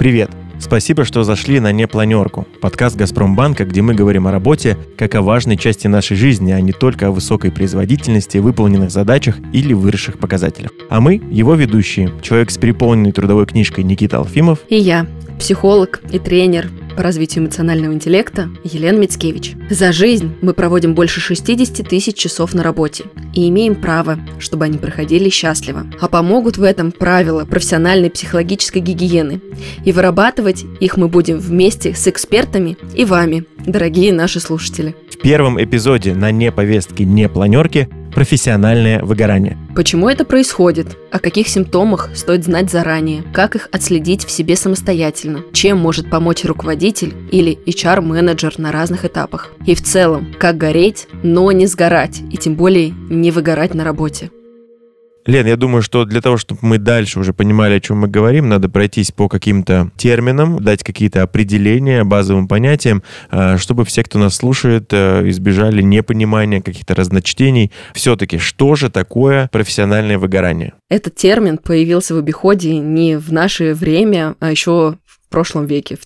Привет! Спасибо, что зашли на «Непланерку» – подкаст «Газпромбанка», где мы говорим о работе как о важной части нашей жизни, а не только о высокой производительности, выполненных задачах или выросших показателях. А мы – его ведущие, человек с переполненной трудовой книжкой Никита Алфимов и я, психолог и тренер по развитию эмоционального интеллекта Елена Мицкевич. За жизнь мы проводим больше 60 тысяч часов на работе и имеем право, чтобы они проходили счастливо. А помогут в этом правила профессиональной психологической гигиены. И вырабатывать их мы будем вместе с экспертами и вами, дорогие наши слушатели. В первом эпизоде на «Не-повестке «Не-планерки» профессиональное выгорание. Почему это происходит? О каких симптомах стоит знать заранее? Как их отследить в себе самостоятельно? Чем может помочь руководитель или HR-менеджер на разных этапах? И в целом, как гореть, но не сгорать, и тем более не выгорать на работе. Лен, я думаю, что для того, чтобы мы дальше уже понимали, о чем мы говорим, надо пройтись по каким-то терминам, дать какие-то определения базовым понятиям, чтобы все, кто нас слушает, избежали непонимания, каких-то разночтений. Все-таки, что же такое профессиональное выгорание? Этот термин появился в обиходе не в наше время, а еще в прошлом веке, в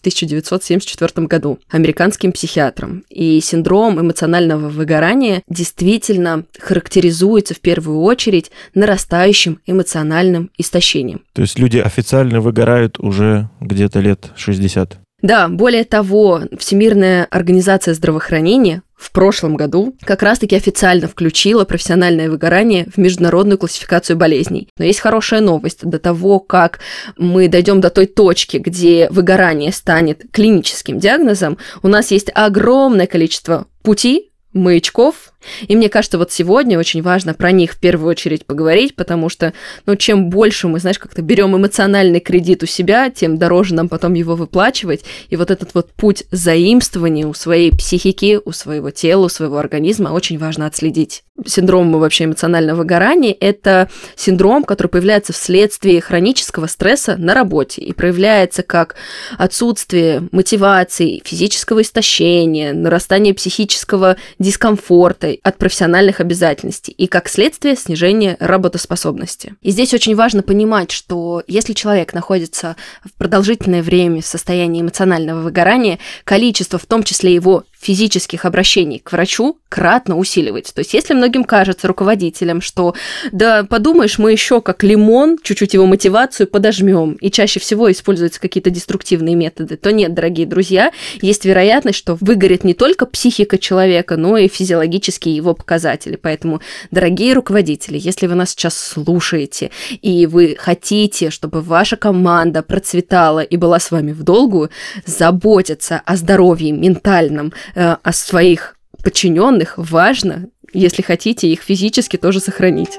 1974 году, американским психиатром. И синдром эмоционального выгорания действительно характеризуется в первую очередь нарастающим эмоциональным истощением. То есть люди официально выгорают уже где-то лет 60? Да, более того, Всемирная организация здравоохранения в прошлом году как раз-таки официально включила профессиональное выгорание в международную классификацию болезней. Но есть хорошая новость. До того, как мы дойдем до той точки, где выгорание станет клиническим диагнозом, у нас есть огромное количество путей, маячков. И мне кажется, вот сегодня очень важно про них в первую очередь поговорить, потому что, чем больше мы, как-то берем эмоциональный кредит у себя, тем дороже нам потом его выплачивать. И вот этот вот путь заимствования у своей психики, у своего тела, у своего организма очень важно отследить. Синдром вообще эмоционального выгорания – это синдром, который появляется вследствие хронического стресса на работе и проявляется как отсутствие мотивации, физического истощения, нарастание психического дискомфорта от профессиональных обязательностей и, как следствие, снижение работоспособности. И здесь очень важно понимать, что если человек находится в продолжительное время в состоянии эмоционального выгорания, количество, в том числе его физических обращений к врачу, кратно усиливается. То есть если многим кажется, руководителям, что да подумаешь, мы еще как лимон, чуть-чуть его мотивацию подожмем, и чаще всего используются какие-то деструктивные методы, то нет, дорогие друзья, есть вероятность, что выгорит не только психика человека, но и физиологические его показатели. Поэтому, дорогие руководители, если вы нас сейчас слушаете, и вы хотите, чтобы ваша команда процветала и была с вами в долгую, заботиться о здоровье ментальном, о своих подчиненных важно, если хотите, их физически тоже сохранить.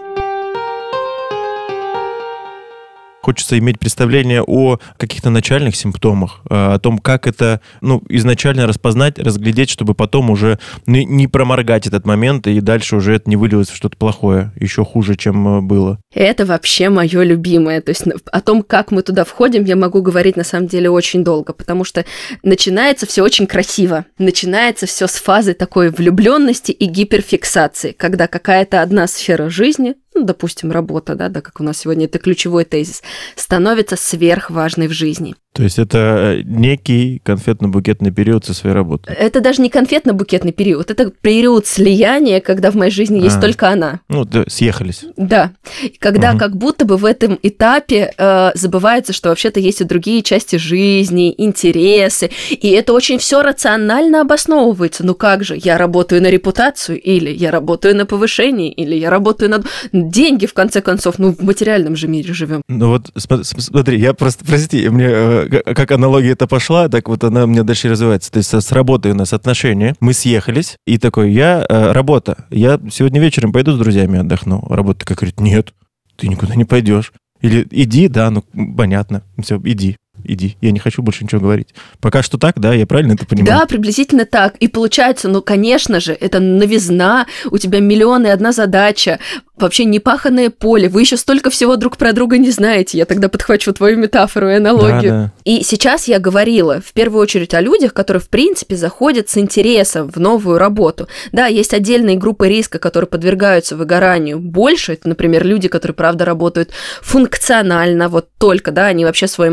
Хочется иметь представление о каких-то начальных симптомах, о том, как это изначально распознать, разглядеть, чтобы потом уже не проморгать этот момент, и дальше уже это не вылилось в что-то плохое, еще хуже, чем было. Это вообще мое любимое. То есть о том, как мы туда входим, я могу говорить на самом деле очень долго, потому что начинается все очень красиво. Начинается все с фазы такой влюбленности и гиперфиксации, когда какая-то одна сфера жизни, допустим, работа, да, как у нас сегодня это ключевой тезис, становится сверхважной в жизни. То есть это некий конфетно-букетный период со своей работы? Это даже не конфетно-букетный период, это период слияния, когда в моей жизни есть только она. Съехались. Да. Когда как будто бы в этом этапе забывается, что вообще-то есть и другие части жизни, интересы, и это очень все рационально обосновывается. Как же, я работаю на репутацию, или я работаю на повышение, или я работаю на деньги, в конце концов, в материальном же мире живем. Смотри, я просто, прости, мне как аналогия это пошла, так вот она у меня дальше развивается. То есть с работой у нас отношения, мы съехались, и такой, работа, я сегодня вечером пойду с друзьями отдохну. Работа такая говорит, нет, ты никуда не пойдешь. Или иди, да, понятно, все, иди, я не хочу больше ничего говорить. Пока что так, да, я правильно это понимаю? Да, приблизительно так. И получается, конечно же, это новизна, у тебя миллион и одна задача, вообще непаханное поле, вы еще столько всего друг про друга не знаете. Я тогда подхвачу твою метафору и аналогию. Да. И сейчас я говорила в первую очередь о людях, которые, в принципе, заходят с интересом в новую работу. Да, есть отдельные группы риска, которые подвергаются выгоранию больше. Это, например, люди, которые, правда, работают функционально, вот только, да, они вообще свой эмоциональный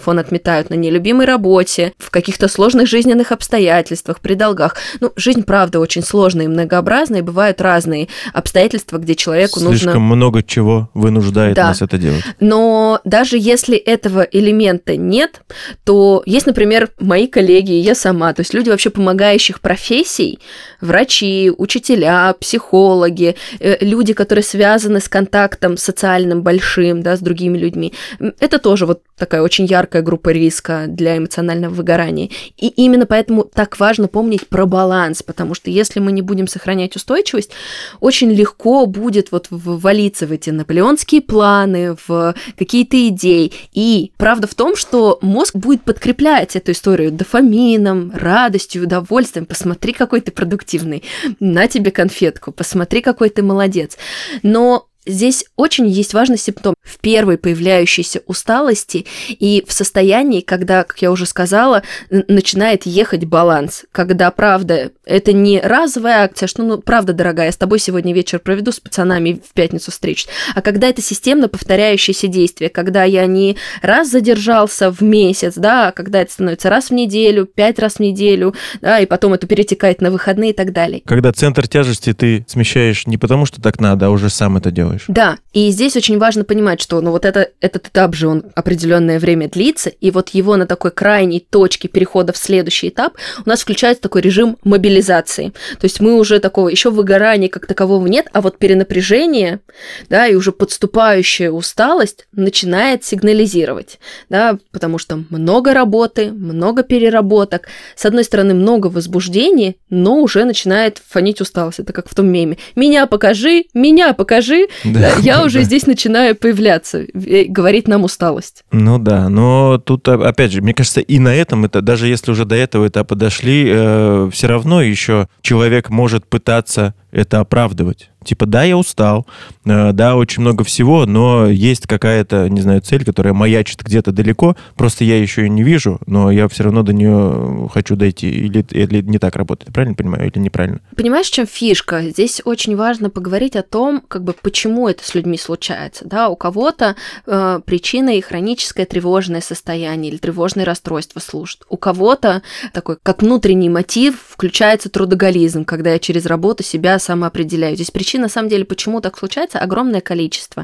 фон отметают на нелюбимой работе, в каких-то сложных жизненных обстоятельствах, при долгах. Ну, жизнь, правда, очень сложная и многообразная, и бывают разные обстоятельства, где человеку Слишком много чего вынуждает нас это делать. Но даже если этого элемента нет, то есть, например, мои коллеги, я сама, то есть люди вообще помогающих профессий, врачи, учителя, психологи, люди, которые связаны с контактом социальным большим, да, с другими людьми. Это тоже вот такая очень яркая группа риска для эмоционального выгорания. И именно поэтому так важно помнить про баланс, потому что если мы не будем сохранять устойчивость, очень легко будет вот ввалиться в эти наполеонские планы, в какие-то идеи. И правда в том, что мозг будет подкреплять эту историю дофамином, радостью, удовольствием. Посмотри, какой ты продуктивный, на тебе конфетку, посмотри, какой ты молодец. Но здесь очень есть важный симптом в первой появляющейся усталости и в состоянии, когда, как я уже сказала, начинает ехать баланс, когда, правда, это не разовая акция, что, ну, правда, дорогая, я с тобой сегодня вечер проведу, с пацанами в пятницу встречусь, а когда это системно повторяющееся действие, когда я не раз задержался в месяц, да, а когда это становится раз в неделю, 5 раз в неделю, да, и потом это перетекает на выходные и так далее. Когда центр тяжести ты смещаешь не потому, что так надо, а уже сам это делаешь. Да, и здесь очень важно понимать, что ну, вот этот этап же, он определенное время длится, и вот его на такой крайней точке перехода в следующий этап у нас включается такой режим мобилизации. То есть мы уже такого, еще выгорания как такового нет, а вот перенапряжение, да, и уже подступающая усталость начинает сигнализировать, да, потому что много работы, много переработок, с одной стороны, много возбуждения, но уже начинает фонить усталость. Это как в том меме. Меня покажи, да, я уже здесь начинаю появляться, говорит нам усталость. Ну да, но тут, опять же, мне кажется, и на этом, это даже если уже до этого этапа дошли, все равно еще человек может пытаться это оправдывать. Типа, да, я устал, да, очень много всего, но есть какая-то, не знаю, цель, которая маячит где-то далеко, просто я еще ее не вижу, но я все равно до нее хочу дойти. Или не так работает, правильно понимаю, или неправильно? Понимаешь, в чем фишка? Здесь очень важно поговорить о том, как бы, почему это с людьми случается. Да, у кого-то причиной хроническое тревожное состояние или тревожное расстройство служит. У кого-то такой, как внутренний мотив, включается трудоголизм, когда я через работу себя самоопределяю. Здесь причин, на самом деле, почему так случается, огромное количество.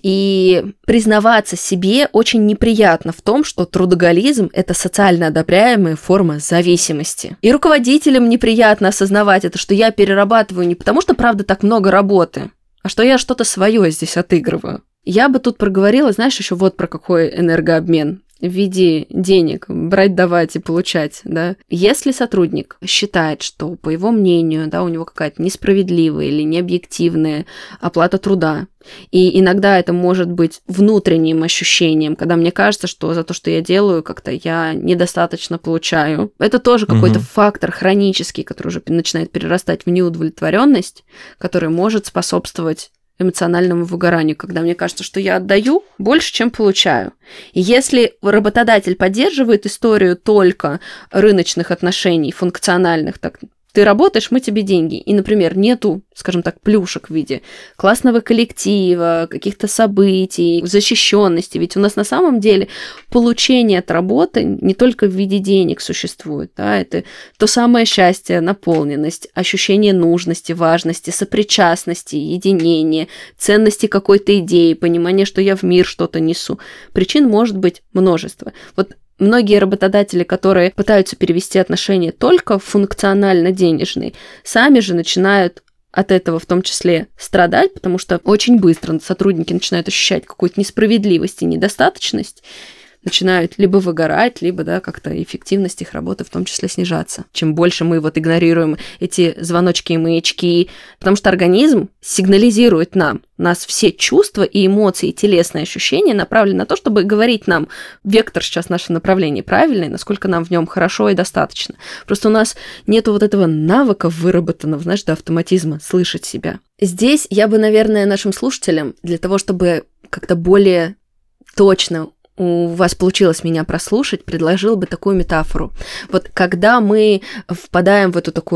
И признаваться себе очень неприятно в том, что трудоголизм – это социально одобряемая форма зависимости. И руководителям неприятно осознавать это, что я перерабатываю не потому, что, правда, так много работы, а что я что-то свое здесь отыгрываю. Я бы тут проговорила, знаешь, еще вот про какой энергообмен в виде денег, брать, давать и получать, да. Если сотрудник считает, что, по его мнению, да, у него какая-то несправедливая или необъективная оплата труда, и иногда это может быть внутренним ощущением, когда мне кажется, что за то, что я делаю, как-то я недостаточно получаю. Это тоже какой-то фактор хронический, который уже начинает перерастать в неудовлетворенность, который может способствовать эмоциональному выгоранию, когда мне кажется, что я отдаю больше, чем получаю. И если работодатель поддерживает историю только рыночных отношений, функциональных, так, ты работаешь, мы тебе деньги. И, например, нету, скажем так, плюшек в виде классного коллектива, каких-то событий, защищенности. Ведь у нас на самом деле получение от работы не только в виде денег существует. Да? Это то самое счастье, наполненность, ощущение нужности, важности, сопричастности, единения, ценности какой-то идеи, понимание, что я в мир что-то несу. Причин может быть множество. Вот многие работодатели, которые пытаются перевести отношения только в функционально-денежные, сами же начинают от этого в том числе страдать, потому что очень быстро сотрудники начинают ощущать какую-то несправедливость и недостаточность, начинают либо выгорать, либо, да, как-то эффективность их работы в том числе снижаться. Чем больше мы вот игнорируем эти звоночки и маячки, потому что организм сигнализирует нам, у нас все чувства и эмоции, и телесные ощущения направлены на то, чтобы говорить нам, вектор сейчас наше направление правильный, насколько нам в нем хорошо и достаточно. Просто у нас нету вот этого навыка выработанного, знаешь, до автоматизма слышать себя. Здесь я бы, наверное, нашим слушателям, для того, чтобы как-то более точно у вас получилось меня прослушать, предложил бы такую метафору. Вот когда мы впадаем в эту такую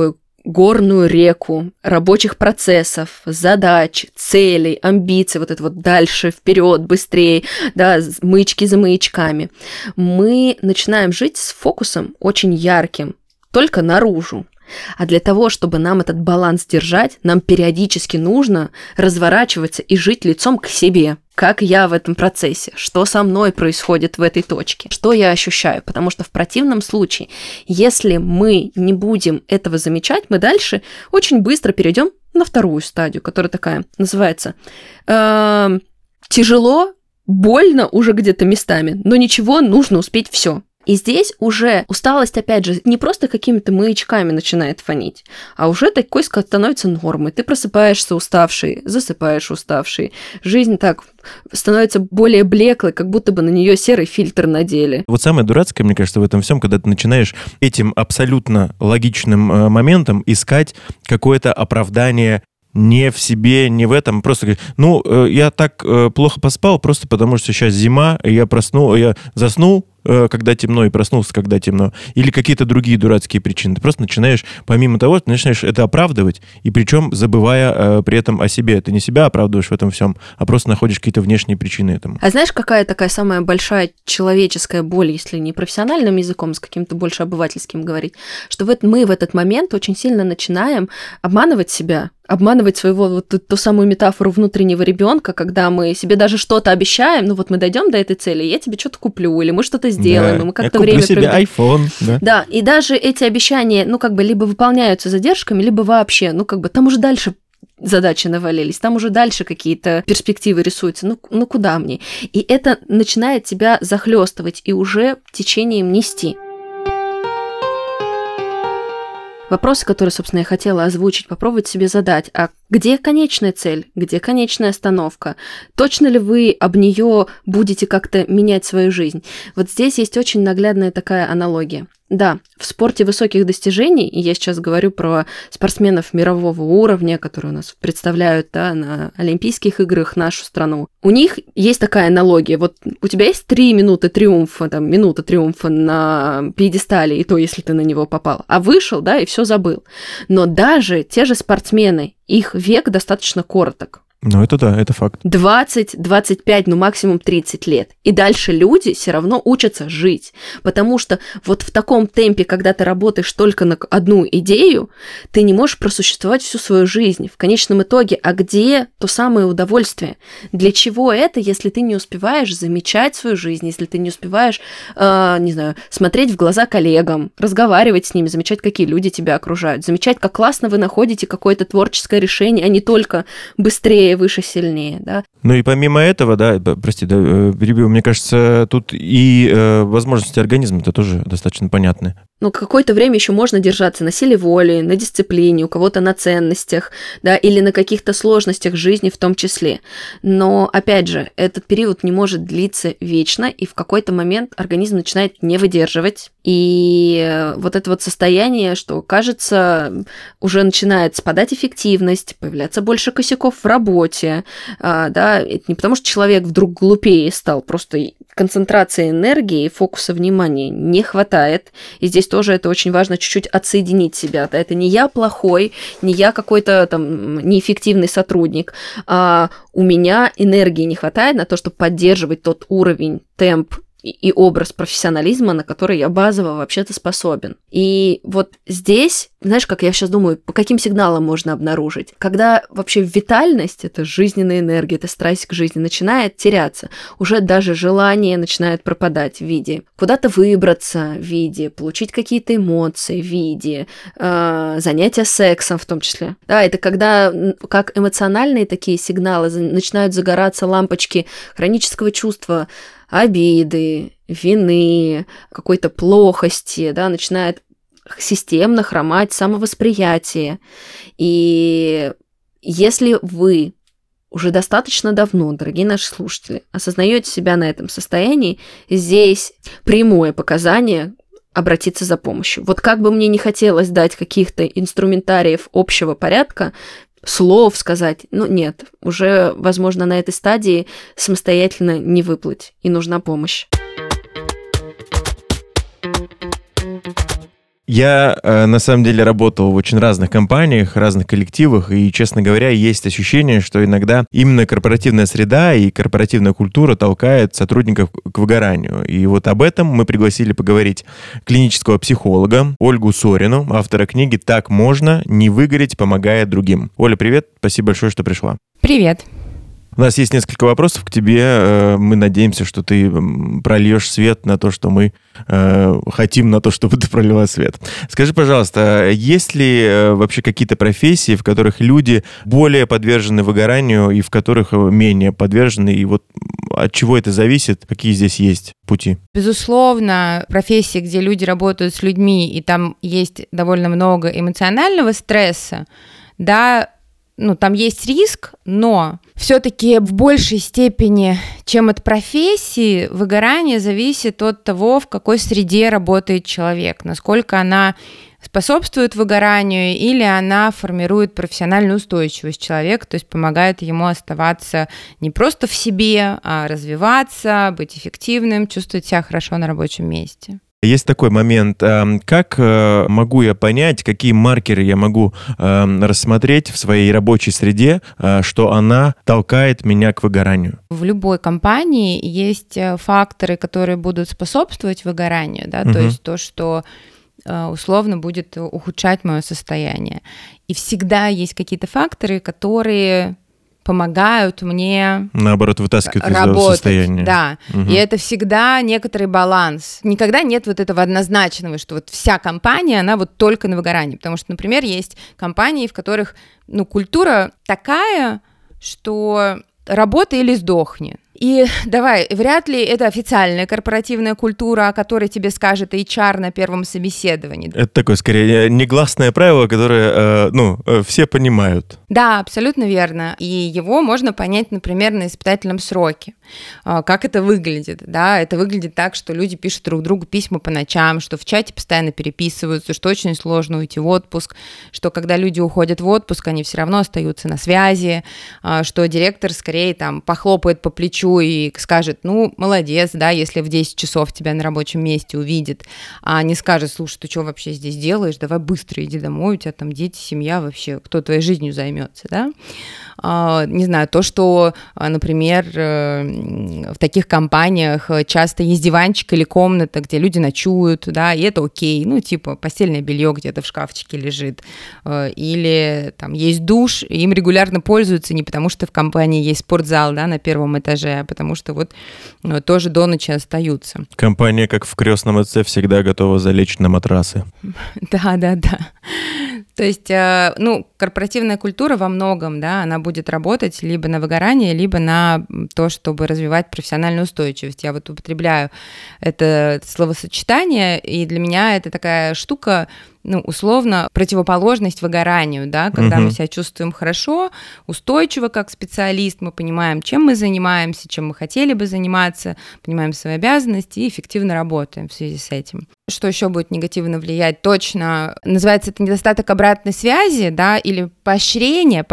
горную реку рабочих процессов, задач, целей, амбиций, вот это вот дальше, вперед, быстрее, да, маячки за маячками, мы начинаем жить с фокусом очень ярким, только наружу. А для того, чтобы нам этот баланс держать, нам периодически нужно разворачиваться и жить лицом к себе. Как я в этом процессе, что со мной происходит в этой точке, что я ощущаю. Потому что в противном случае, если мы не будем этого замечать, мы дальше очень быстро перейдем на вторую стадию, которая такая называется тяжело, больно уже где-то местами, но ничего, нужно успеть все. И здесь уже усталость, опять же, не просто какими-то маячками начинает фонить, а уже такой становится нормой. Ты просыпаешься уставший, засыпаешь уставший. Жизнь так становится более блеклой, как будто бы на нее серый фильтр надели. Вот самое дурацкое, мне кажется, в этом всем, когда ты начинаешь этим абсолютно логичным моментом искать какое-то оправдание не в себе, не в этом, просто говорить, я так плохо поспал, просто потому что сейчас зима, и я заснул, когда темно, и проснулся, когда темно. Или какие-то другие дурацкие причины. Ты просто начинаешь, помимо того, ты начинаешь это оправдывать, и причем забывая при этом о себе. Ты не себя оправдываешь в этом всем, а просто находишь какие-то внешние причины этому. А знаешь, какая такая самая большая человеческая боль, если не профессиональным языком, с каким-то больше обывательским говорить, что мы в этот момент очень сильно начинаем обманывать себя, обманывать своего вот ту самую метафору внутреннего ребенка, когда мы себе даже что-то обещаем, мы дойдем до этой цели, я тебе что-то куплю, или мы что-то сделаем, да, и мы как-то время проведем. Я куплю себе iPhone. Да, и даже эти обещания, либо выполняются задержками, либо вообще, там уже дальше задачи навалились, там уже дальше какие-то перспективы рисуются, куда мне? И это начинает тебя захлестывать и уже течением нести. Вопросы, которые, собственно, я хотела озвучить, попробовать себе задать. А где конечная цель? Где конечная остановка? Точно ли вы об нее будете как-то менять свою жизнь? Вот здесь есть очень наглядная такая аналогия. Да, в спорте высоких достижений, и я сейчас говорю про спортсменов мирового уровня, которые у нас представляют на Олимпийских играх нашу страну, у них есть такая аналогия. Вот у тебя есть 3 минуты триумфа, минута триумфа на пьедестале, и то, если ты на него попал, а вышел, и все забыл. Но даже те же спортсмены, их век достаточно короток. Это да, это факт. 20, 25, максимум 30 лет. И дальше люди все равно учатся жить. Потому что вот в таком темпе, когда ты работаешь только на одну идею, ты не можешь просуществовать всю свою жизнь. В конечном итоге, а где то самое удовольствие? Для чего это, если ты не успеваешь замечать свою жизнь, если ты не успеваешь, смотреть в глаза коллегам, разговаривать с ними, замечать, какие люди тебя окружают, замечать, как классно вы находите какое-то творческое решение, а не только быстрее, выше, сильнее, да. И помимо этого, перебью, мне кажется, тут и возможности организма-то тоже достаточно понятны. Какое-то время еще можно держаться на силе воли, на дисциплине, у кого-то на ценностях, или на каких-то сложностях жизни в том числе. Но, опять же, этот период не может длиться вечно, и в какой-то момент организм начинает не выдерживать. И вот это вот состояние, что, кажется, уже начинает спадать эффективность, появляться больше косяков в работе, это не потому, что человек вдруг глупее стал, просто концентрации энергии и фокуса внимания не хватает. И здесь тоже это очень важно чуть-чуть отсоединить себя. Это не я плохой, не я какой-то неэффективный сотрудник, а у меня энергии не хватает на то, чтобы поддерживать тот уровень, темп и образ профессионализма, на который я базово вообще-то способен. И вот здесь, знаешь, как я сейчас думаю, по каким сигналам можно обнаружить? Когда вообще витальность, это жизненная энергия, это страсть к жизни начинает теряться, уже даже желание начинает пропадать в виде куда-то выбраться, в виде получить какие-то эмоции, в виде занятия сексом в том числе. Да, это когда как эмоциональные такие сигналы начинают загораться лампочки хронического чувства, обиды, вины, какой-то плохости, начинает системно хромать самовосприятие. И если вы уже достаточно давно, дорогие наши слушатели, осознаете себя на этом состоянии, здесь прямое показание обратиться за помощью. Вот как бы мне не хотелось дать каких-то инструментариев общего порядка, слов сказать, нет, уже, возможно, на этой стадии самостоятельно не выплыть, и нужна помощь. Я, на самом деле, работал в очень разных компаниях, разных коллективах, и, честно говоря, есть ощущение, что иногда именно корпоративная среда и корпоративная культура толкает сотрудников к выгоранию. И вот об этом мы пригласили поговорить клинического психолога Ольгу Сорину, автора книги «Так можно не выгореть, помогая другим». Оля, привет, спасибо большое, что пришла. Привет. У нас есть несколько вопросов к тебе. Мы надеемся, что ты прольешь свет на то, что мы хотим на то, чтобы ты пролила свет. Скажи, пожалуйста, есть ли вообще какие-то профессии, в которых люди более подвержены выгоранию и в которых менее подвержены? И вот от чего это зависит? Какие здесь есть пути? Безусловно, профессии, где люди работают с людьми, и там есть довольно много эмоционального стресса, да, там есть риск, но все-таки в большей степени, чем от профессии, выгорание зависит от того, в какой среде работает человек, насколько она способствует выгоранию или она формирует профессиональную устойчивость человека, то есть помогает ему оставаться не просто в себе, а развиваться, быть эффективным, чувствовать себя хорошо на рабочем месте. Есть такой момент. Как могу я понять, какие маркеры я могу рассмотреть в своей рабочей среде, что она толкает меня к выгоранию? В любой компании есть факторы, которые будут способствовать выгоранию, да, то есть то, что условно будет ухудшать мое состояние. И всегда есть какие-то факторы, которые помогают мне наоборот вытаскивать из этого состояния. Да, и это всегда некоторый баланс. Никогда нет вот этого однозначного, что вот вся компания, она вот только на выгорании, потому что, например, есть компании, в которых, культура такая, что работай или сдохни. И давай, вряд ли это официальная корпоративная культура, о которой тебе скажет HR на первом собеседовании. Это такое, скорее, негласное правило, которое, все понимают. Да, абсолютно верно. И его можно понять, например, на испытательном сроке. Как это выглядит, да? Это выглядит так, что люди пишут друг другу письма по ночам, что в чате постоянно переписываются, что очень сложно уйти в отпуск, что когда люди уходят в отпуск, они все равно остаются на связи, что директор скорее там похлопает по плечу и скажет, молодец, да, если в 10 часов тебя на рабочем месте увидит, а не скажет, слушай, ты что вообще здесь делаешь, давай быстро иди домой, у тебя там дети, семья вообще, кто твоей жизнью займется, да? Не знаю, то, что, например, в таких компаниях часто есть диванчик или комната, где люди ночуют, да, и это окей, постельное белье где-то в шкафчике лежит, или там есть душ, и им регулярно пользуются не потому, что в компании есть спортзал, да, на первом этаже, а потому что тоже до ночи остаются. Компания, как в «Крестном отце», всегда готова залечь на матрасы. Да. То есть, корпоративная культура во многом, да, она будет работать либо на выгорание, либо на то, чтобы развивать профессиональную устойчивость. Я употребляю это словосочетание, и для меня это такая штука, условно, противоположность выгоранию, да, когда мы себя чувствуем хорошо, устойчиво как специалист, мы понимаем, чем мы занимаемся, чем мы хотели бы заниматься, понимаем свои обязанности и эффективно работаем в связи с этим. Что еще будет негативно влиять? Точно, называется это недостаток обратной связи, да, или поощрение,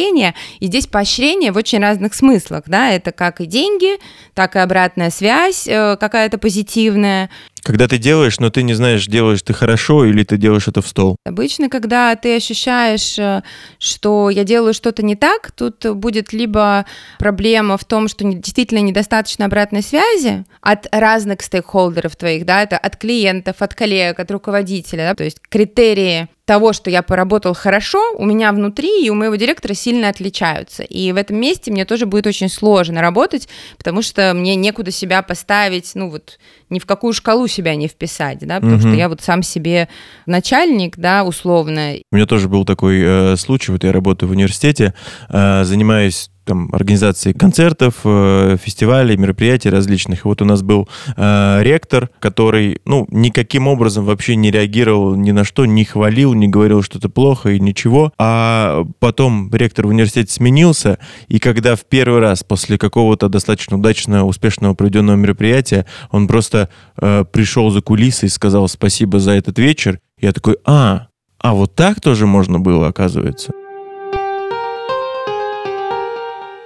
и здесь поощрение в очень разных смыслах, да, это как и деньги, так и обратная связь какая-то позитивная. Когда ты делаешь, но ты не знаешь, делаешь ты хорошо или ты делаешь это в стол. Обычно, когда ты ощущаешь, что я делаю что-то не так, тут будет либо проблема в том, что действительно недостаточно обратной связи от разных стейкхолдеров твоих, да, это от клиентов, от коллег, от руководителя, да, то есть критерии того, что я поработал хорошо, у меня внутри и у моего директора сильно отличаются. И в этом месте мне тоже будет очень сложно работать, потому что мне некуда себя поставить, ни в какую шкалу себя не вписать, да, потому что я сам себе начальник, да, условно. У меня тоже был такой случай, я работаю в университете, занимаюсь организации концертов, фестивалей, мероприятий различных. И у нас был ректор, который, никаким образом вообще не реагировал ни на что, не хвалил, не говорил что-то плохо и ничего. А потом ректор в университете сменился, и когда в первый раз после какого-то достаточно удачного, успешного проведенного мероприятия он просто пришел за кулисы и сказал спасибо за этот вечер, я такой, вот так тоже можно было, оказывается.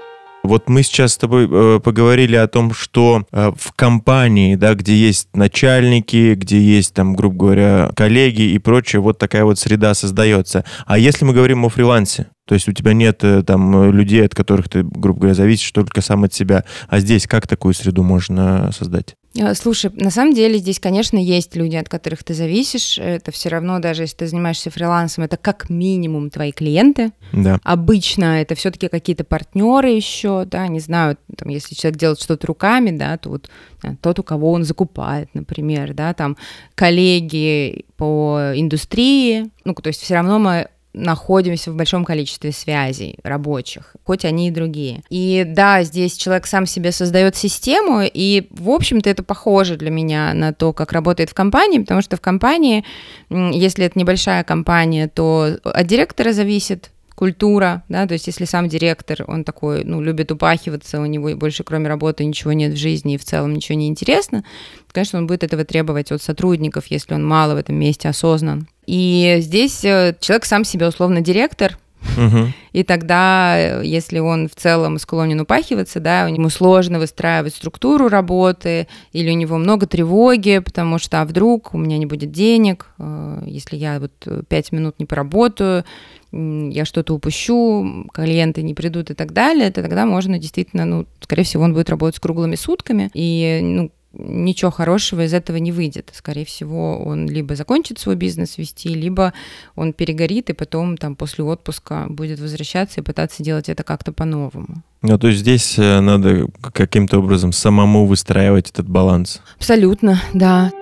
Вот мы сейчас с тобой поговорили о том, что в компании, да, где есть начальники, где есть, там, грубо говоря, коллеги и прочее, вот такая вот среда создается. А если мы говорим о фрилансе? То есть у тебя нет там людей, от которых ты, грубо говоря, зависишь только сам от себя. А здесь как такую среду можно создать? Слушай, на самом деле здесь, конечно, есть люди, от которых ты зависишь. Это все равно, даже если ты занимаешься фрилансом, это как минимум твои клиенты. Да. Обычно это все-таки какие-то партнеры еще, да, не знаю, там, если человек делает что-то руками, да, то вот тот, у кого он закупает, например, да, там коллеги по индустрии, ну, то есть все равно мы находимся в большом количестве связей рабочих, хоть они и другие. И да, здесь человек сам себе создает систему, и, в общем-то, это похоже для меня на то, как работает в компании, потому что в компании, если это небольшая компания, то от директора зависит культура, да, то есть если сам директор, он такой, ну, любит упахиваться, у него больше кроме работы ничего нет в жизни и в целом ничего не интересно, конечно, он будет этого требовать от сотрудников, если он мало в этом месте осознан. И здесь человек сам себе условно директор, и тогда, если он в целом склонен упахиваться, да, ему сложно выстраивать структуру работы, или у него много тревоги, потому что, а вдруг у меня не будет денег, если я вот 5 минут не поработаю, я что-то упущу, клиенты не придут и так далее, то тогда можно действительно, ну, скорее всего, он будет работать с круглыми сутками, и, ну, ничего хорошего из этого не выйдет. Скорее всего, он либо закончит свой бизнес вести, либо он перегорит и потом там после отпуска будет возвращаться и пытаться делать это как-то по-новому. Ну, то есть здесь надо каким-то образом самому выстраивать этот баланс. Абсолютно, да.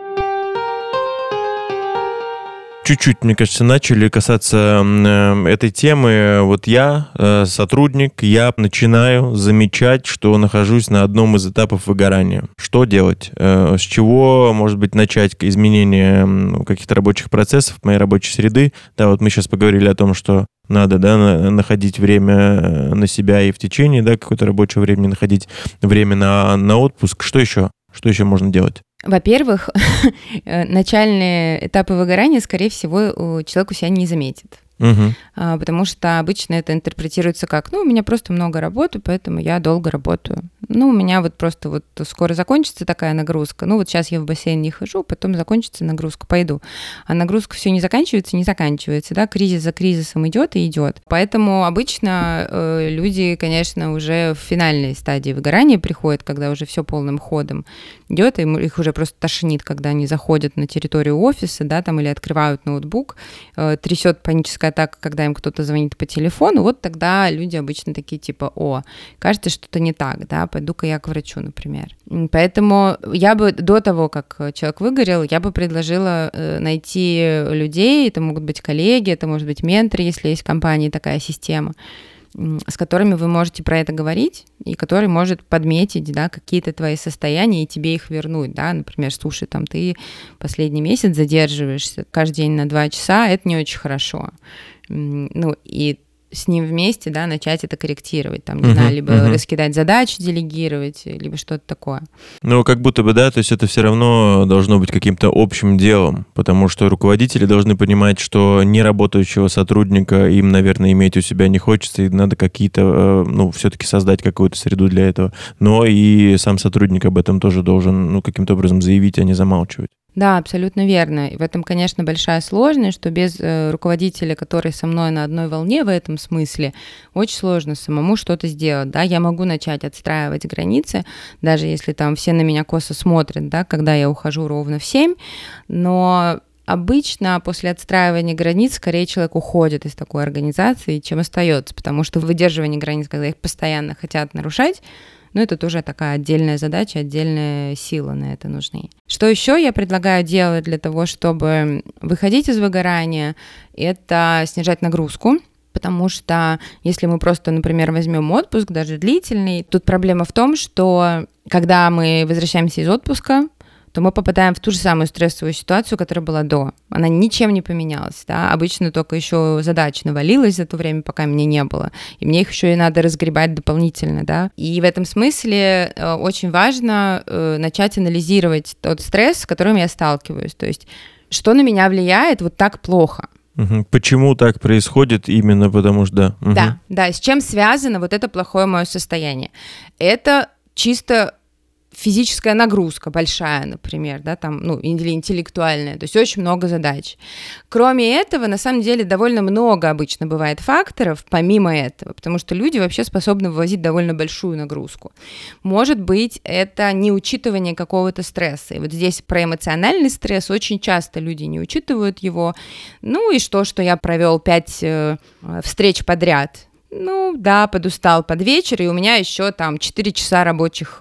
Чуть-чуть, мне кажется, начали касаться этой темы. Вот я, сотрудник, я начинаю замечать, что нахожусь на одном из этапов выгорания. Что делать? С чего, может быть, начать изменение каких-то рабочих процессов, моей рабочей среды? Да, вот мы сейчас поговорили о том, что надо, да, находить время на себя и в течение, да, какое-то рабочее время находить время на отпуск. Что еще? Что еще можно делать? Во-первых, начальные этапы выгорания, скорее всего, человек у себя не заметит. Потому что обычно это интерпретируется как, ну, у меня просто много работы, поэтому я долго работаю. Ну, у меня вот просто вот скоро закончится такая нагрузка, ну, вот сейчас я в бассейн не хожу, потом закончится нагрузка, пойду. А нагрузка все не заканчивается, да, кризис за кризисом идет и идет. Поэтому обычно люди, конечно, уже в финальной стадии выгорания приходят, когда уже все полным ходом идет, и их уже просто тошнит, когда они заходят на территорию офиса, да, там, или открывают ноутбук, трясет паническая атака, когда им кто-то звонит по телефону, вот тогда люди обычно такие типа, о, кажется, что-то не так, да, пойду-ка я к врачу, например. Поэтому я бы до того, как человек выгорел, я бы предложила найти людей, это могут быть коллеги, это может быть менторы, если есть в компании такая система, с которыми вы можете про это говорить, и который может подметить, да, какие-то твои состояния и тебе их вернуть, да, например, слушай, там, ты последний месяц задерживаешься каждый день на 2 часа, это не очень хорошо, ну, и с ним вместе, да, начать это корректировать, там, не знаю, либо раскидать задачи, делегировать, либо что-то такое. Ну, как будто бы, да, то есть это все равно должно быть каким-то общим делом, потому что руководители должны понимать, что неработающего сотрудника им, наверное, иметь у себя не хочется, и надо какие-то, ну, все-таки создать какую-то среду для этого. Но и сам сотрудник об этом тоже должен, ну, каким-то образом заявить, а не замалчивать. Да, абсолютно верно. И в этом, конечно, большая сложность, что без руководителя, который со мной на одной волне в этом смысле, очень сложно самому что-то сделать. Да, я могу начать отстраивать границы, даже если там все на меня косо смотрят, да, когда я ухожу ровно в 7, но обычно после отстраивания границ скорее человек уходит из такой организации, чем остается, потому что выдерживание границ, когда их постоянно хотят нарушать, ну, это тоже такая отдельная задача, отдельная сила на это нужны. Что еще я предлагаю делать для того, чтобы выходить из выгорания, это снижать нагрузку, потому что если мы просто, например, возьмем отпуск, даже длительный, тут проблема в том, что когда мы возвращаемся из отпуска, то мы попадаем в ту же самую стрессовую ситуацию, которая была до. Она ничем не поменялась, да, обычно только еще задач навалилось за то время, пока меня не было, и мне их еще и надо разгребать дополнительно, да, и в этом смысле очень важно начать анализировать тот стресс, с которым я сталкиваюсь, то есть что на меня влияет вот так плохо. Почему так происходит? Именно потому что... Да, с чем связано вот это плохое мое состояние? Это чисто физическая нагрузка большая, например, да, там, или интеллектуальная, то есть очень много задач. Кроме этого, на самом деле, довольно много обычно бывает факторов, помимо этого, потому что люди вообще способны вывозить довольно большую нагрузку. Может быть, это неучитывание какого-то стресса, и вот здесь про эмоциональный стресс очень часто люди не учитывают его, и что я провел 5 встреч подряд, подустал под вечер, и у меня еще там 4 часа рабочих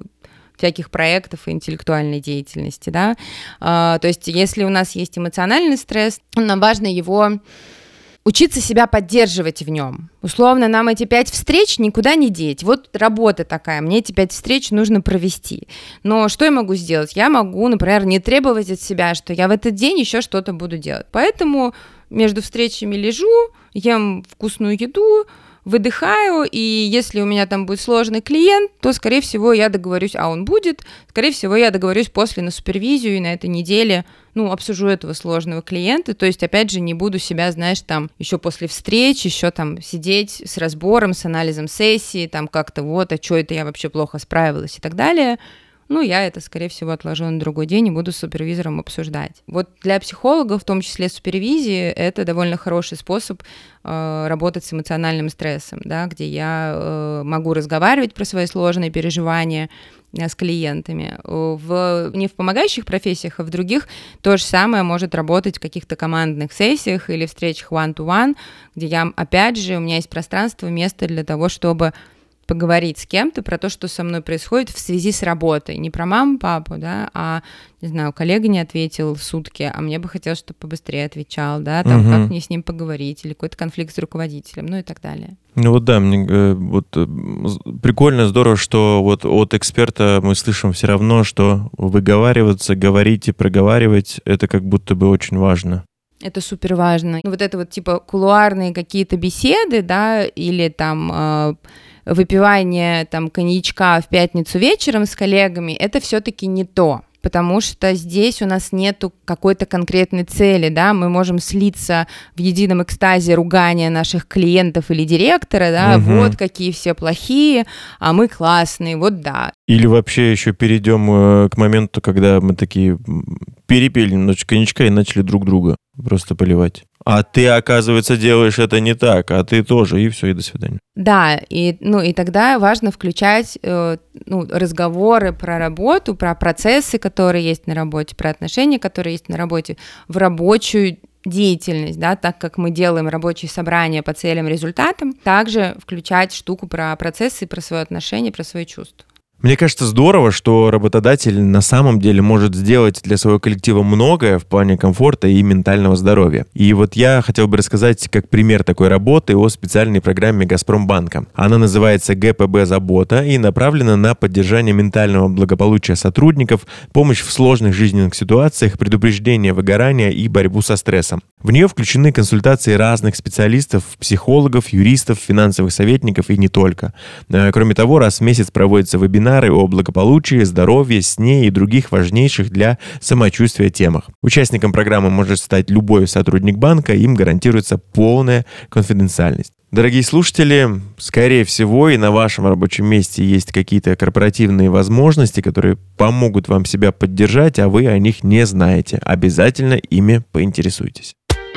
всяких проектов и интеллектуальной деятельности, да, то есть если у нас есть эмоциональный стресс, нам важно его учиться себя поддерживать в нем. Условно, нам эти 5 встреч никуда не деть. Вот работа такая, мне эти 5 встреч нужно провести. Но что я могу сделать? Я могу, например, не требовать от себя, что я в этот день еще что-то буду делать. Поэтому между встречами лежу, ем вкусную еду, выдыхаю, и если у меня там будет сложный клиент, то, скорее всего, я договорюсь, он будет, скорее всего, я договорюсь после на супервизию, и на этой неделе, обсужу этого сложного клиента, то есть, опять же, не буду себя, там, еще после встреч, еще там сидеть с разбором, с анализом сессии, там, как-то что это я вообще плохо справилась и так далее. Я это, скорее всего, отложу на другой день и буду с супервизором обсуждать. Вот для психологов, в том числе супервизии, это довольно хороший способ работать с эмоциональным стрессом, да, где я могу разговаривать про свои сложные переживания с клиентами. Не в помогающих профессиях, а в других то же самое может работать в каких-то командных сессиях или встречах one-to-one, где опять же, у меня есть пространство, место для того, чтобы поговорить с кем-то про то, что со мной происходит в связи с работой. Не про маму, папу, да, а, не знаю, коллега не ответил сутки, а мне бы хотелось, чтобы побыстрее отвечал, да, там, как мне с ним поговорить, или какой-то конфликт с руководителем, и так далее. Мне прикольно, здорово, что вот от эксперта мы слышим все равно, что выговариваться, говорить и проговаривать, это как будто бы очень важно. Это супер важно. Вот это типа кулуарные какие-то беседы, да, или там выпивание там коньячка в пятницу вечером с коллегами, это все-таки не то, потому что здесь у нас нету какой-то конкретной цели, да, мы можем слиться в едином экстазе ругания наших клиентов или директора, да, вот какие все плохие, а мы классные, да. Или вообще еще перейдем к моменту, когда мы такие перепили немножечко коньячка и начали друг друга просто поливать. А ты, оказывается, делаешь это не так, а ты тоже, и все, и до свидания. Да, и тогда важно включать разговоры про работу, про процессы, которые есть на работе, про отношения, которые есть на работе, в рабочую деятельность, да, так как мы делаем рабочие собрания по целям, результатам, также включать штуку про процессы, про свои отношения, про свои чувства. Мне кажется, здорово, что работодатель на самом деле может сделать для своего коллектива многое в плане комфорта и ментального здоровья. И вот я хотел бы рассказать как пример такой работы о специальной программе Газпромбанка. Она называется ГПБ «Забота» и направлена на поддержание ментального благополучия сотрудников, помощь в сложных жизненных ситуациях, предупреждение выгорания и борьбу со стрессом. В нее включены консультации разных специалистов, психологов, юристов, финансовых советников и не только. Кроме того, раз в месяц проводятся вебинары о благополучии, здоровье, сне и других важнейших для самочувствия темах. Участником программы может стать любой сотрудник банка, им гарантируется полная конфиденциальность. Дорогие слушатели, скорее всего, и на вашем рабочем месте есть какие-то корпоративные возможности, которые помогут вам себя поддержать, а вы о них не знаете. Обязательно ими поинтересуйтесь.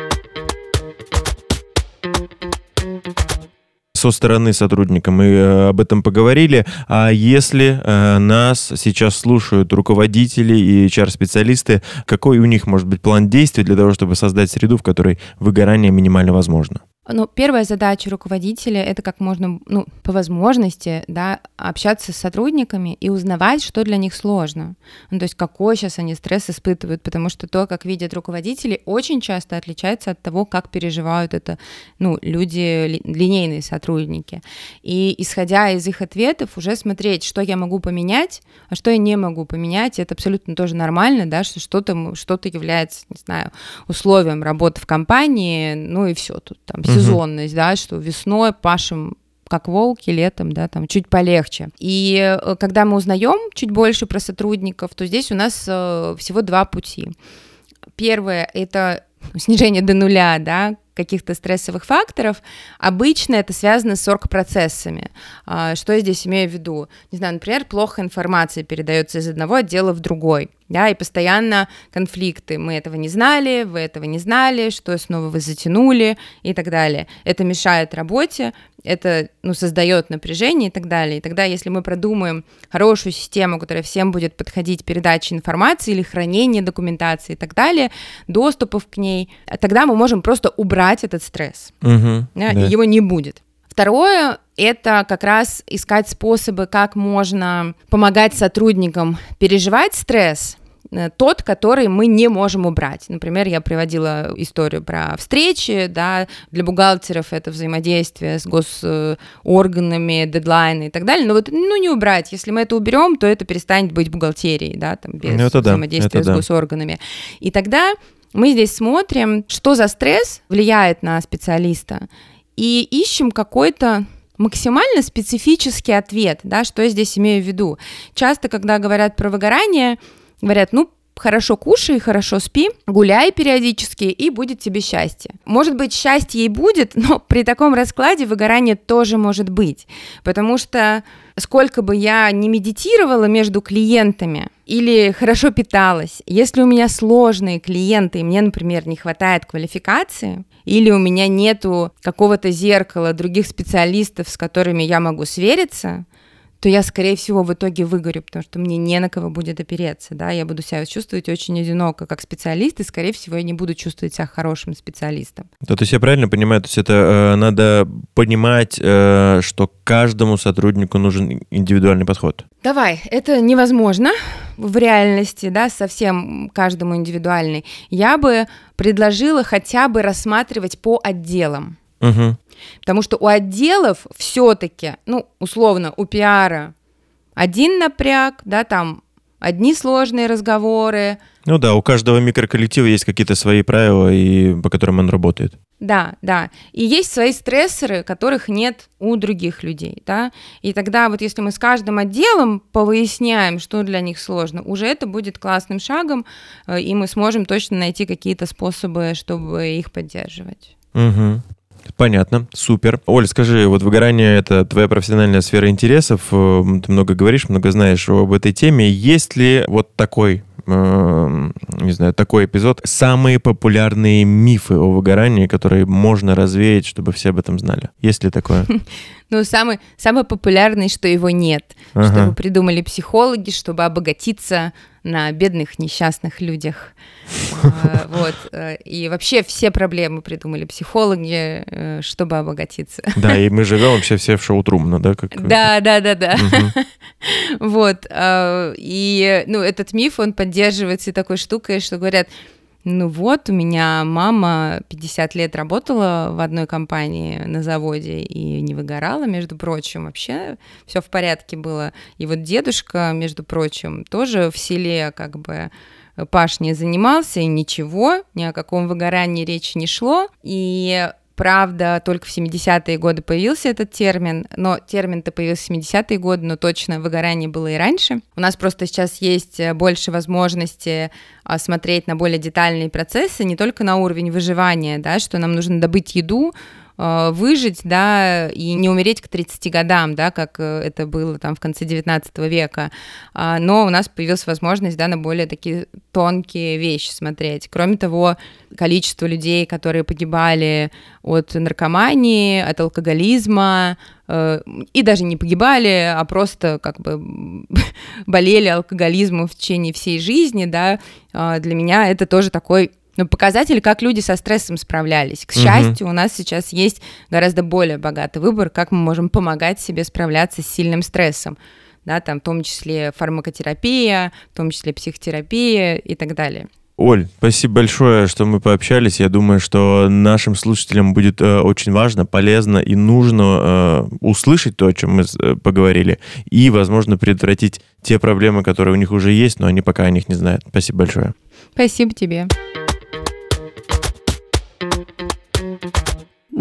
Со стороны сотрудника мы об этом поговорили. А если нас сейчас слушают руководители и HR-специалисты, какой у них может быть план действий для того, чтобы создать среду, в которой выгорание минимально возможно? Первая задача руководителя — это как можно, по возможности, да, общаться с сотрудниками и узнавать, что для них сложно. То есть какой сейчас они стресс испытывают, потому что то, как видят руководители, очень часто отличается от того, как переживают это, люди, линейные сотрудники. И исходя из их ответов уже смотреть, что я могу поменять, а что я не могу поменять. Это абсолютно тоже нормально, да, что что-то является, не знаю, условием работы в компании, и все тут там сезонность, да, что весной пашем как волки, летом, да, там чуть полегче. И когда мы узнаем чуть больше про сотрудников, то здесь у нас всего 2 пути. Первое — это снижение до нуля, да, каких-то стрессовых факторов, обычно это связано с оргпроцессами. Что я здесь имею в виду? Не знаю, например, плохо информация передается из одного отдела в другой, да, и постоянно конфликты. Мы этого не знали, вы этого не знали, что снова вы затянули и так далее. Это мешает работе, это, создает напряжение и так далее. И тогда, если мы продумаем хорошую систему, которая всем будет подходить, передачи информации или хранение документации и так далее, доступов к ней, тогда мы можем просто убрать этот стресс, и его не будет. Второе – это как раз искать способы, как можно помогать сотрудникам переживать стресс, тот, который мы не можем убрать. Например, я приводила историю про встречи, да, для бухгалтеров это взаимодействие с госорганами, дедлайны и так далее, но не убрать. Если мы это уберем, то это перестанет быть бухгалтерией, да, там, без взаимодействия с госорганами. И тогда мы здесь смотрим, что за стресс влияет на специалиста, и ищем какой-то максимально специфический ответ, да, что я здесь имею в виду. Часто, когда говорят про выгорание, говорят, хорошо кушай, хорошо спи, гуляй периодически, и будет тебе счастье. Может быть, счастье и будет, но при таком раскладе выгорание тоже может быть, потому что сколько бы я ни медитировала между клиентами или хорошо питалась, если у меня сложные клиенты, и мне, например, не хватает квалификации, или у меня нету какого-то зеркала других специалистов, с которыми я могу свериться, то я, скорее всего, в итоге выгорю, потому что мне не на кого будет опереться, да, я буду себя чувствовать очень одиноко как специалист, и, скорее всего, я не буду чувствовать себя хорошим специалистом. То есть я правильно понимаю, то есть это надо понимать, что каждому сотруднику нужен индивидуальный подход? Давай, это невозможно в реальности, да, совсем каждому индивидуальный. Я бы предложила хотя бы рассматривать по отделам. Угу. Потому что у отделов все-таки, условно, у пиара один напряг, да, там одни сложные разговоры. У каждого микроколлектива есть какие-то свои правила, по которым он работает. Да. И есть свои стрессоры, которых нет у других людей, да. И тогда если мы с каждым отделом повыясняем, что для них сложно, уже это будет классным шагом, и мы сможем точно найти какие-то способы, чтобы их поддерживать. Угу. Понятно, супер. Оль, скажи, выгорание — это твоя профессиональная сфера интересов, ты много говоришь, много знаешь об этой теме. Есть ли такой, такой эпизод, самые популярные мифы о выгорании, которые можно развеять, чтобы все об этом знали? Есть ли такое? Самый популярный, что его нет, что его придумали психологи, чтобы обогатиться на бедных несчастных людях. И вообще все проблемы придумали психологи, чтобы обогатиться. Да, и мы живем вообще все в шоу-трумно, да? Да. И этот миф, он поддерживается такой штукой, что говорят, у меня мама 50 лет работала в одной компании на заводе и не выгорала, между прочим, вообще все в порядке было. И дедушка, между прочим, тоже в селе пашней занимался, и ничего, ни о каком выгорании речи не шло. И правда, только в 70-е годы появился этот термин, но термин-то появился в 70-е годы, но точно выгорание было и раньше. У нас просто сейчас есть больше возможности смотреть на более детальные процессы, не только на уровень выживания, да, что нам нужно добыть еду, выжить, да, и не умереть к 30 годам, да, как это было там в конце 19 века, но у нас появилась возможность, да, на более такие тонкие вещи смотреть. Кроме того, количество людей, которые погибали от наркомании, от алкоголизма, и даже не погибали, а просто болели алкоголизмом в течение всей жизни, да, для меня это тоже такой показатель, как люди со стрессом справлялись. К счастью, у нас сейчас есть гораздо более богатый выбор, как мы можем помогать себе справляться с сильным стрессом. Да, там, в том числе фармакотерапия, в том числе психотерапия и так далее. Оль, спасибо большое, что мы пообщались. Я думаю, что нашим слушателям будет очень важно, полезно и нужно услышать то, о чем мы поговорили, и, возможно, предотвратить те проблемы, которые у них уже есть, но они пока о них не знают. Спасибо большое. Спасибо тебе.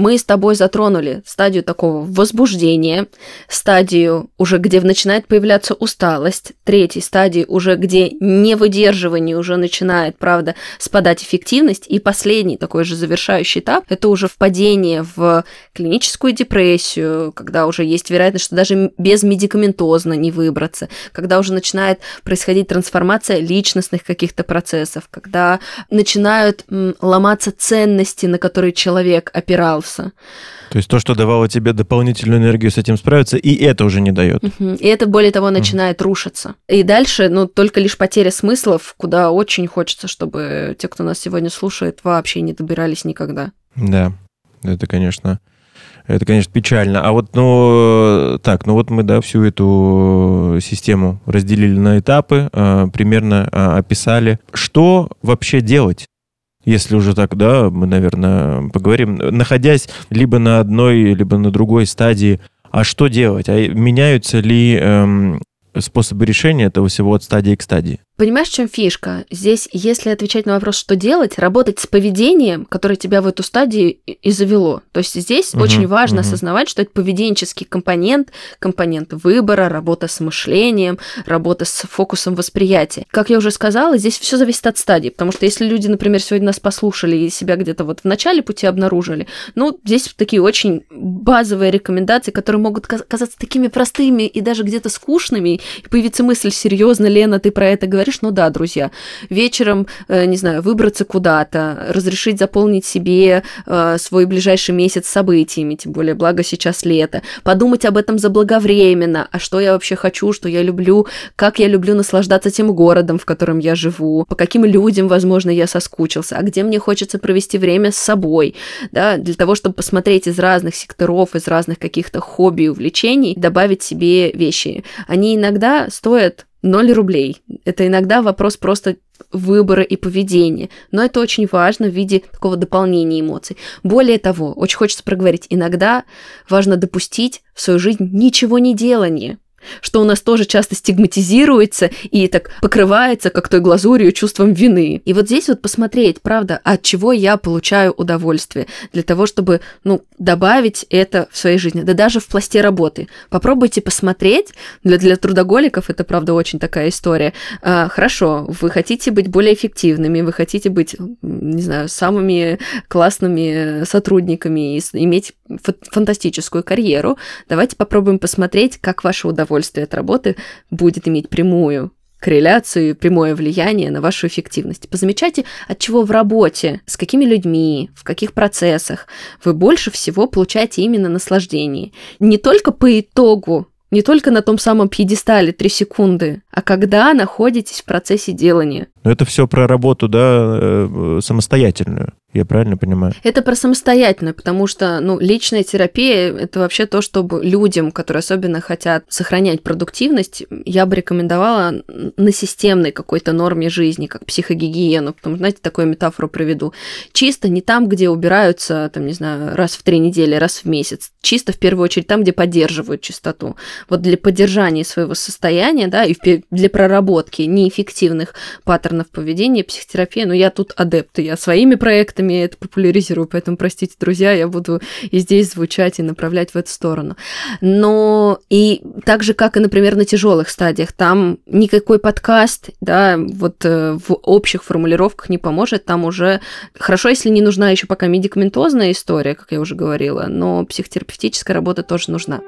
мы с тобой затронули стадию такого возбуждения, стадию уже, где начинает появляться усталость, третьей стадии уже, где невыдерживание уже начинает, правда, спадать эффективность, и последний такой же завершающий этап – это уже впадение в клиническую депрессию, когда уже есть вероятность, что даже безмедикаментозно не выбраться, когда уже начинает происходить трансформация личностных каких-то процессов, когда начинают ломаться ценности, на которые человек опирался. То есть то, что давало тебе дополнительную энергию с этим справиться, и это уже не дает. И это, более того, начинает рушиться. И дальше, только лишь потеря смыслов, куда очень хочется, чтобы те, кто нас сегодня слушает, вообще не добирались никогда. Да, это, конечно, печально. А вот, мы, всю эту систему разделили на этапы, примерно описали. Что вообще делать? Если уже так, мы, наверное, поговорим, находясь либо на одной, либо на другой стадии, а что делать? А меняются ли способы решения этого всего от стадии к стадии? Понимаешь, в чем фишка? Здесь, если отвечать на вопрос, что делать, работать с поведением, которое тебя в эту стадию и завело. То есть здесь очень важно осознавать, что это поведенческий компонент выбора, работа с мышлением, работа с фокусом восприятия. Как я уже сказала, здесь все зависит от стадии, потому что если люди, например, сегодня нас послушали и себя где-то в начале пути обнаружили, здесь такие очень базовые рекомендации, которые могут казаться такими простыми и даже где-то скучными, и появится мысль: серьезно, Лена, ты про это говоришь? Да, друзья, вечером, выбраться куда-то, разрешить заполнить себе свой ближайший месяц событиями, тем более, благо сейчас лето, подумать об этом заблаговременно, а что я вообще хочу, что я люблю, как я люблю наслаждаться тем городом, в котором я живу, по каким людям, возможно, я соскучился, а где мне хочется провести время с собой, да, для того, чтобы посмотреть из разных секторов, из разных каких-то хобби и увлечений, добавить себе вещи. Они иногда стоят 0 рублей. Это иногда вопрос просто выбора и поведения. Но это очень важно в виде такого дополнения эмоций. Более того, очень хочется проговорить, иногда важно допустить в свою жизнь ничего не делания, что у нас тоже часто стигматизируется и так покрывается, как той глазурью, чувством вины. И вот здесь посмотреть, правда, от чего я получаю удовольствие, для того, чтобы, добавить это в своей жизни, да даже в пласте работы. Попробуйте посмотреть, для трудоголиков это, правда, очень такая история. Хорошо, вы хотите быть более эффективными, вы хотите быть, самыми классными сотрудниками и иметь фантастическую карьеру. Давайте попробуем посмотреть, как ваше удовольствие от работы будет иметь прямую корреляцию, прямое влияние на вашу эффективность. Позамечайте, от чего в работе, с какими людьми, в каких процессах вы больше всего получаете именно наслаждение. Не только по итогу, не только на том самом пьедестале 3 секунды, а когда находитесь в процессе делания. Но это все про работу, самостоятельную. Я правильно понимаю? Это про самостоятельно, потому что, личная терапия – это вообще то, чтобы людям, которые особенно хотят сохранять продуктивность, я бы рекомендовала на системной какой-то норме жизни, как психогигиену, потому что, знаете, такую метафору приведу. Чисто не там, где убираются, раз в 3 недели, раз в месяц. Чисто, в первую очередь, там, где поддерживают чистоту. Вот для поддержания своего состояния, и для проработки неэффективных паттернов поведения, психотерапия, я тут адепт, я своими проектами это популяризирую, поэтому, простите, друзья, я буду и здесь звучать, и направлять в эту сторону. Но и так же, как и, например, на тяжелых стадиях, там никакой подкаст, в общих формулировках не поможет, там уже хорошо, если не нужна еще пока медикаментозная история, как я уже говорила, но психотерапевтическая работа тоже нужна.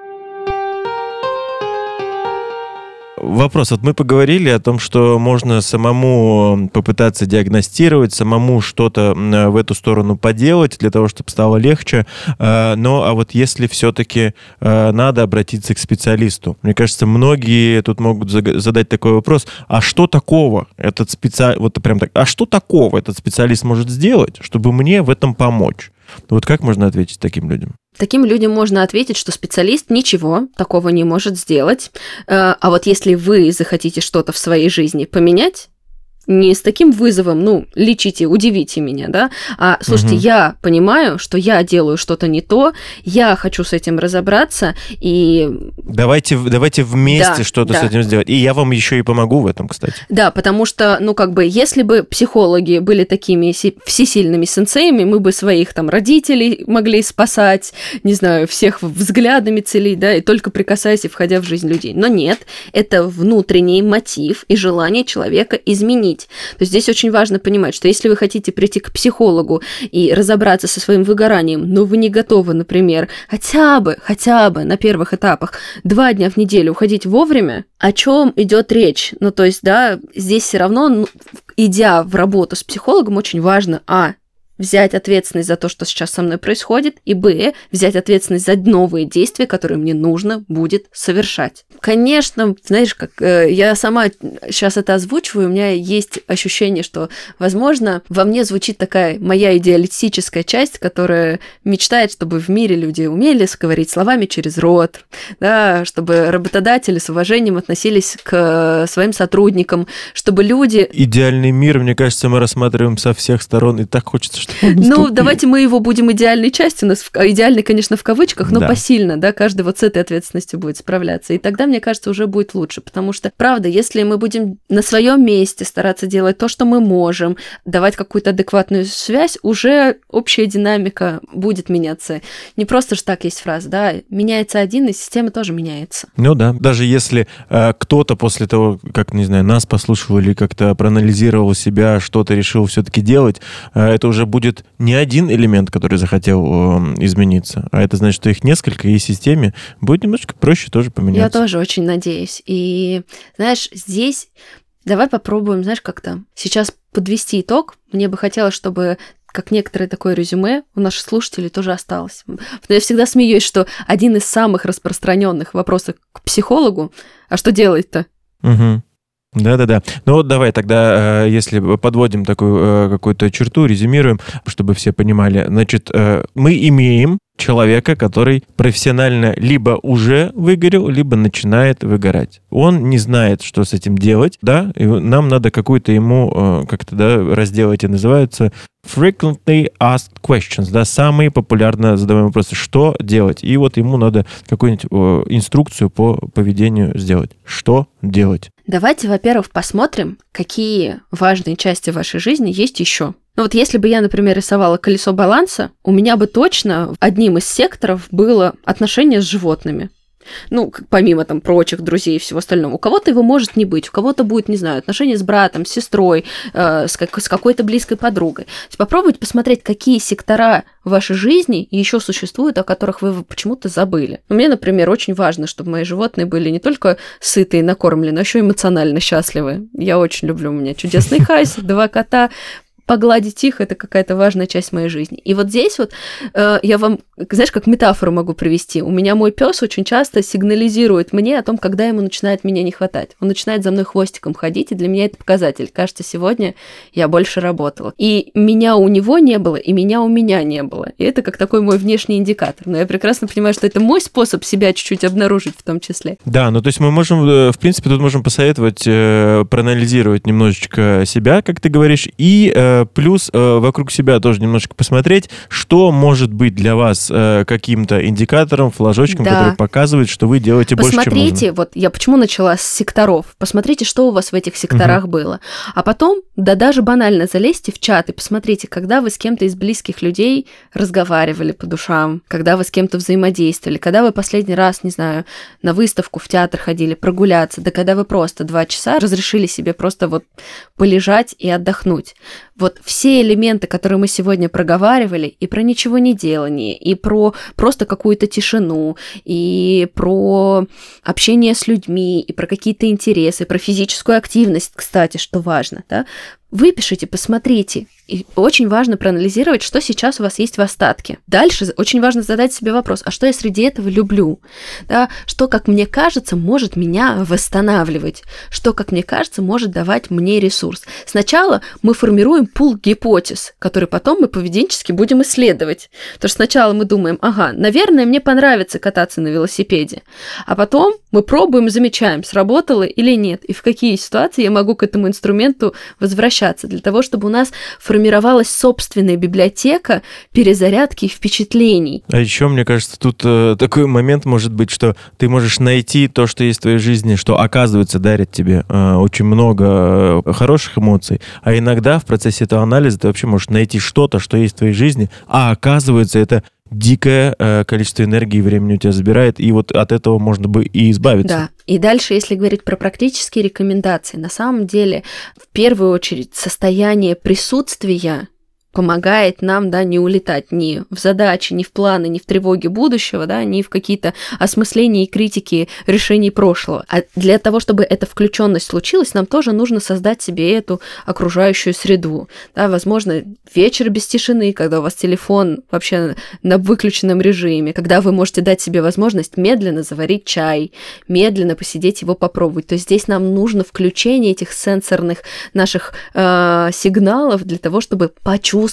Вопрос. Мы поговорили о том, что можно самому попытаться диагностировать, самому что-то в эту сторону поделать для того, чтобы стало легче. Но если все-таки надо обратиться к специалисту? Мне кажется, многие тут могут задать такой вопрос. А что такого этот специалист может сделать, чтобы мне в этом помочь? Как можно ответить таким людям? Таким людям можно ответить, что специалист ничего такого не может сделать. А вот если вы захотите что-то в своей жизни поменять, не с таким вызовом, лечите, удивите меня, да, а, слушайте, я понимаю, что я делаю что-то не то, я хочу с этим разобраться, и... Давайте вместе что-то с этим сделать. И я вам еще и помогу в этом, кстати. Да, потому что, если бы психологи были такими всесильными сенсеями, мы бы своих там родителей могли спасать, не знаю, всех взглядами целить, да, и только прикасаясь и входя в жизнь людей. Но нет, это внутренний мотив и желание человека изменить. То есть здесь очень важно понимать, что если вы хотите прийти к психологу и разобраться со своим выгоранием, но вы не готовы, например, хотя бы на первых этапах 2 дня в неделю уходить вовремя, о чем идет речь? То есть, да, здесь все равно, идя в работу с психологом, очень важно, взять ответственность за то, что сейчас со мной происходит, и взять ответственность за новые действия, которые мне нужно будет совершать. Конечно, знаешь, как я сама сейчас это озвучиваю, у меня есть ощущение, что, возможно, во мне звучит такая моя идеалистическая часть, которая мечтает, чтобы в мире люди умели говорить словами через рот, да, чтобы работодатели с уважением относились к своим сотрудникам, чтобы люди... Идеальный мир, мне кажется, мы рассматриваем со всех сторон, и так хочется, чтобы он наступил. Давайте мы его будем идеальной частью, у нас идеальный, конечно, в кавычках, но посильно, да, каждый вот с этой ответственностью будет справляться, и тогда, мне кажется, уже будет лучше, потому что, правда, если мы будем на своем месте стараться делать то, что мы можем, давать какую-то адекватную связь, уже общая динамика будет меняться. Не просто же так есть фраза, да, меняется один, и система тоже меняется. Даже если кто-то после того, как, не знаю, нас послушал или как-то проанализировал себя, что-то решил все-таки делать, это уже будет не один элемент, который захотел измениться, а это значит, что их несколько, и системе будет немножко проще тоже поменяться. Я тоже очень надеюсь. И, знаешь, здесь давай попробуем, знаешь, как-то сейчас подвести итог. Мне бы хотелось, чтобы как некоторое такое резюме у наших слушателей тоже осталось. Я всегда смеюсь, что один из самых распространенных вопросов к психологу, а что делать-то? Угу. Да. Давай тогда, если подводим такую какую-то черту, резюмируем, чтобы все понимали. Значит, мы имеем человека, который профессионально либо уже выгорел, либо начинает выгорать. Он не знает, что с этим делать, да, и нам надо какую-то ему как-то, да, раздел эти называются frequently asked questions, да, самые популярно задаваемые вопросы, что делать. И вот ему надо какую-нибудь инструкцию по поведению сделать. Что делать? Давайте, во-первых, посмотрим, какие важные части вашей жизни есть еще. Если бы я, например, рисовала колесо баланса, у меня бы точно одним из секторов было отношение с животными. Помимо там прочих друзей и всего остального. У кого-то его может не быть, у кого-то будет, не знаю, отношения с братом, с сестрой, с какой-то близкой подругой. То есть попробуйте посмотреть, какие сектора в вашей жизни еще существуют, о которых вы почему-то забыли. Мне, например, очень важно, чтобы мои животные были не только сыты и накормлены, но еще эмоционально счастливы. Я очень люблю, у меня чудесный Хайс, 2 кота. Погладить их – это какая-то важная часть моей жизни. И вот здесь я вам, знаешь, как метафору могу привести. У меня мой пес очень часто сигнализирует мне о том, когда ему начинает меня не хватать. Он начинает за мной хвостиком ходить, и для меня это показатель. Кажется, сегодня я больше работала. И меня у него не было, и меня у меня не было. И это как такой мой внешний индикатор. Но я прекрасно понимаю, что это мой способ себя чуть-чуть обнаружить в том числе. Да, то есть мы можем, в принципе, тут можем посоветовать проанализировать немножечко себя, как ты говоришь, и плюс вокруг себя тоже немножко посмотреть, что может быть для вас каким-то индикатором, флажочком, который показывает, что вы делаете больше, чем нужно. Посмотрите, я почему начала с секторов. Посмотрите, что у вас в этих секторах было. А потом, даже банально залезьте в чат и посмотрите, когда вы с кем-то из близких людей разговаривали по душам, когда вы с кем-то взаимодействовали, когда вы последний раз, не знаю, на выставку, в театр ходили, прогуляться, да когда вы просто 2 часа разрешили себе просто полежать и отдохнуть. Все элементы, которые мы сегодня проговаривали, и про ничего не делание, и про просто какую-то тишину, и про общение с людьми, и про какие-то интересы, про физическую активность, кстати, что важно, да? Выпишите, посмотрите, И очень важно проанализировать, что сейчас у вас есть в остатке. Дальше очень важно задать себе вопрос, а что я среди этого люблю? Да, что, как мне кажется, может меня восстанавливать? Что, как мне кажется, может давать мне ресурс? Сначала мы формируем пул гипотез, который потом мы поведенчески будем исследовать. Потому что сначала мы думаем, ага, наверное, мне понравится кататься на велосипеде. А потом мы пробуем, замечаем, сработало или нет, и в какие ситуации я могу к этому инструменту возвращаться, для того, чтобы у нас формировалась собственная библиотека перезарядки и впечатлений. А еще, мне кажется, тут такой момент может быть, что ты можешь найти то, что есть в твоей жизни, что, оказывается, дарит тебе очень много хороших эмоций, а иногда в процессе этого анализа ты вообще можешь найти что-то, что есть в твоей жизни, а оказывается, это дикое количество энергии и времени у тебя забирает, и вот от этого можно бы и избавиться. Да, и дальше, если говорить про практические рекомендации, на самом деле, в первую очередь, состояние присутствия помогает нам, да, не улетать ни в задачи, ни в планы, ни в тревоги будущего, да, ни в какие-то осмысления и критики решений прошлого. А для того, чтобы эта включенность случилась, нам тоже нужно создать себе эту окружающую среду. Да, возможно, вечер без тишины, когда у вас телефон вообще на выключенном режиме, когда вы можете дать себе возможность медленно заварить чай, медленно посидеть его попробовать. То есть здесь нам нужно включение этих сенсорных наших сигналов для того, чтобы почувствовать,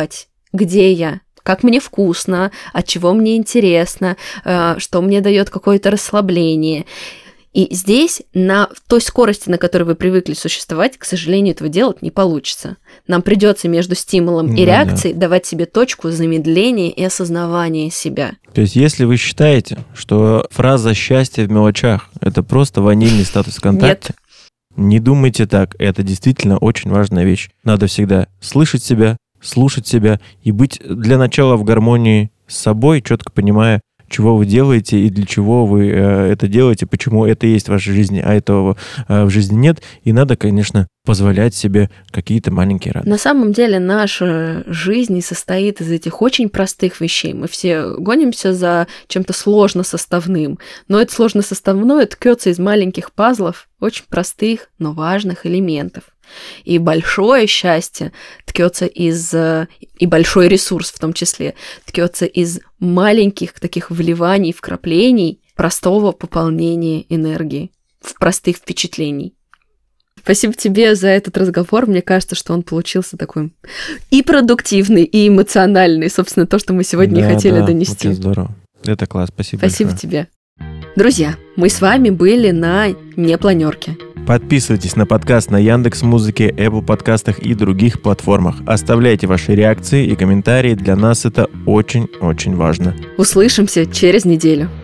где я, как мне вкусно, от чего мне интересно, что мне дает какое-то расслабление. И здесь на той скорости, на которой вы привыкли существовать, к сожалению, этого делать не получится. Нам придется между стимулом и реакцией давать себе точку замедления и осознавания себя. То есть, если вы считаете, что фраза «счастье в мелочах» — это просто ванильный статус ВКонтакте, не думайте так. Это действительно очень важная вещь. Надо всегда слышать себя, слушать себя и быть для начала в гармонии с собой, четко понимая, чего вы делаете и для чего вы это делаете, почему это есть в вашей жизни, а этого в жизни нет. И надо, конечно, позволять себе какие-то маленькие радости. На самом деле наша жизнь состоит из этих очень простых вещей. Мы все гонимся за чем-то сложносоставным, но это сложносоставное ткется из маленьких пазлов, очень простых, но важных элементов. И большое счастье ткется и большой ресурс в том числе, ткется из маленьких таких вливаний, вкраплений, простого пополнения энергии, в простых впечатлений. Спасибо тебе за этот разговор. Мне кажется, что он получился такой и продуктивный, и эмоциональный. Собственно, то, что мы сегодня и хотели донести. Очень здорово. Это класс. Спасибо большое. Спасибо тебе. Друзья, мы с вами были на непланерке. Подписывайтесь на подкаст на Яндекс.Музыке, Apple подкастах и других платформах. Оставляйте ваши реакции и комментарии. Для нас это очень-очень важно. Услышимся через неделю.